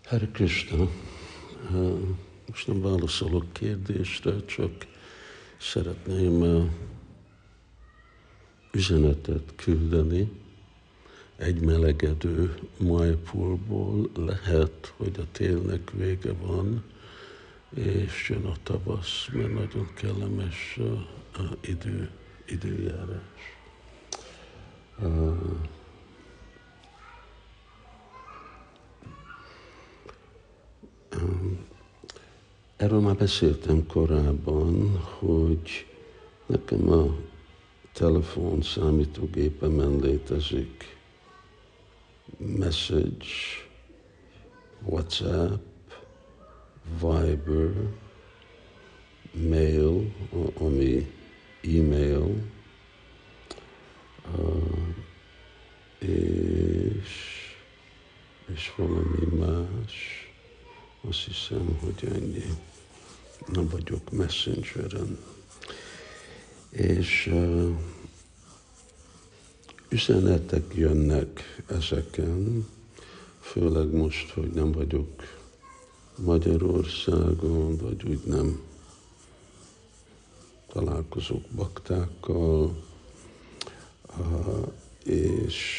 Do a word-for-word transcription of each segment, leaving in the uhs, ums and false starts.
Hare Krishna, uh, most nem válaszolok kérdésre, csak szeretném uh, üzenetet küldeni. Egy melegedő Mayapurból lehet, hogy a télnek vége van, és jön a tavasz, mert nagyon kellemes uh, uh, idő, időjárás. Uh, um, Erről már beszéltem korábban, hogy nekem a telefon számítógépemen létezik Message, WhatsApp, Viber, Mail, ami e-mail, és, és valami más. Azt hiszem, hogy ennyi. Nem vagyok Messengeren. És uh, üzenetek jönnek ezeken, főleg most, hogy nem vagyok Magyarországon, vagy úgy nem találkozok baktákkal, uh, és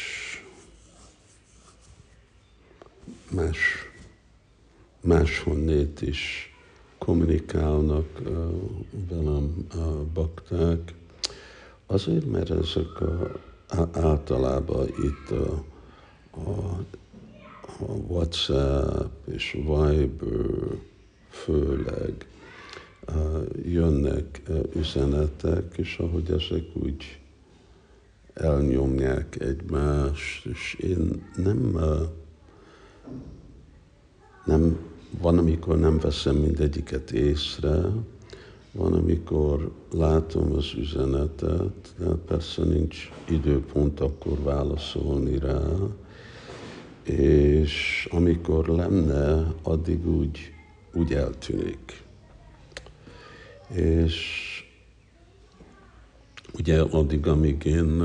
más, máshonnét is kommunikálnak uh, velem a bakták. Azért, mert ezek a, általában itt a, a, a WhatsApp és Viber főleg uh, jönnek uh, üzenetek, és ahogy ezek úgy elnyomják egymást, és én nem, uh, nem van, amikor nem veszem mindegyiket észre, van, amikor látom az üzenetet, de persze nincs időpont akkor válaszolni rá, és amikor lenne, addig úgy, úgy eltűnik. És ugye addig, amíg én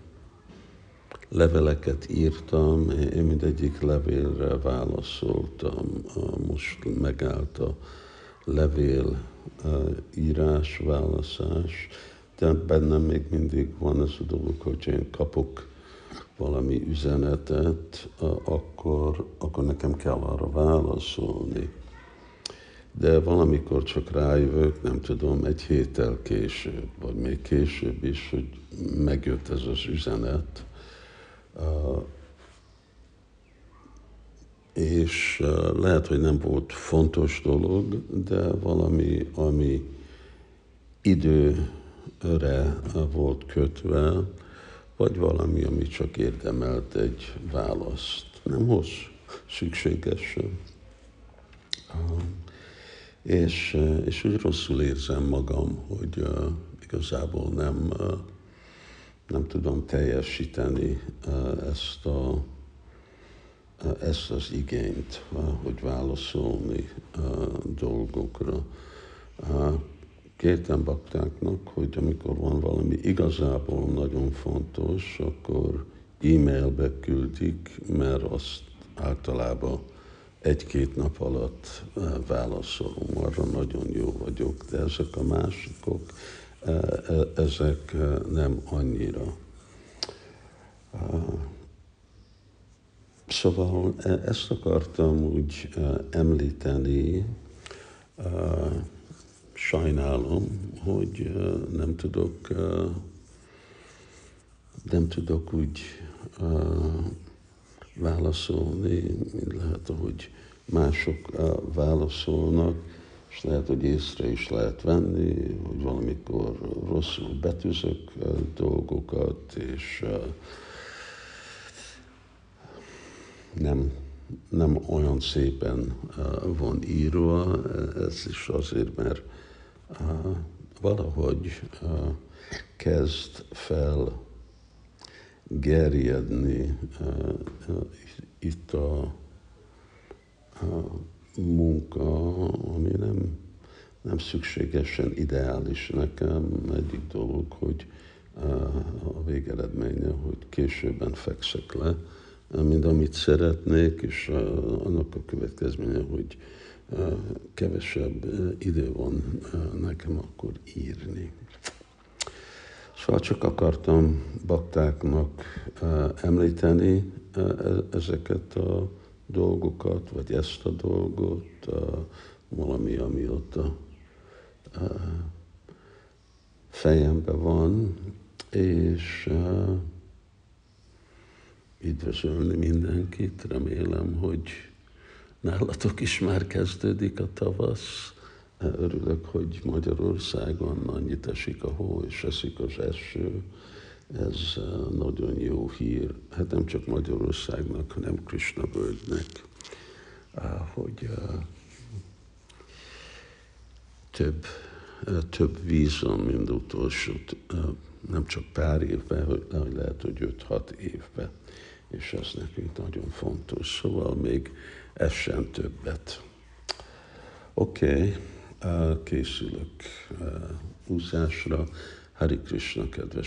leveleket írtam, én mindegyik levélre válaszoltam. Most megállt a levél írás, válaszás, de bennem még mindig van ez a dolog, hogy én kapok valami üzenetet, akkor, akkor nekem kell arra válaszolni. De valamikor csak rájövök, nem tudom, egy héttel később, vagy még később is, hogy megjött ez az üzenet, Uh, és uh, lehet, hogy nem volt fontos dolog, de valami, ami időre volt kötve, vagy valami, ami csak érdemelt egy választ. Nem hoz szükségesen. Uh, és, uh, és úgy rosszul érzem magam, hogy uh, igazából nem uh, nem tudom teljesíteni ezt, a, ezt az igényt, hogy válaszolni dolgokra. Kértem baktáknak, hogy amikor van valami igazából nagyon fontos, akkor e-mailbe küldik, mert azt általában egy-két nap alatt válaszolom, arra nagyon jó vagyok, de ezek a másikok, ezek nem annyira. Szóval ezt akartam úgy említeni, sajnálom, hogy nem tudok, nem tudok úgy válaszolni, mint lehet, hogy mások válaszolnak, és lehet, hogy észre is lehet venni, hogy valamikor rosszul betűzök dolgokat, és nem, nem olyan szépen van írva, ez is azért, mert valahogy kezd fel gerjedni itt a, a munka, ami nem, nem szükségesen ideális nekem. Egyik dolog, hogy a végeredménye, hogy későbben fekszek le, mint amit szeretnék, és annak a következménye, hogy kevesebb idő van nekem akkor írni. Szóval csak akartam baktáknak említeni ezeket a dolgokat, vagy ezt a dolgot, valami, amióta fejemben van, és üdvözölni mindenkit. Remélem, hogy nálatok is már kezdődik a tavasz. Örülök, hogy Magyarországon annyit esik a hó, és esik az eső. Ez nagyon jó hír, hát nem csak Magyarországnak, hanem Krishna völgynek, hogy több, több víz van, mint utolsó, nem csak pár évben, hogy lehet, hogy öt-hat évben, és ez nekünk nagyon fontos. Szóval még essen többet. Oké, okay. Készülök úszásra. Hari Krishna, kedves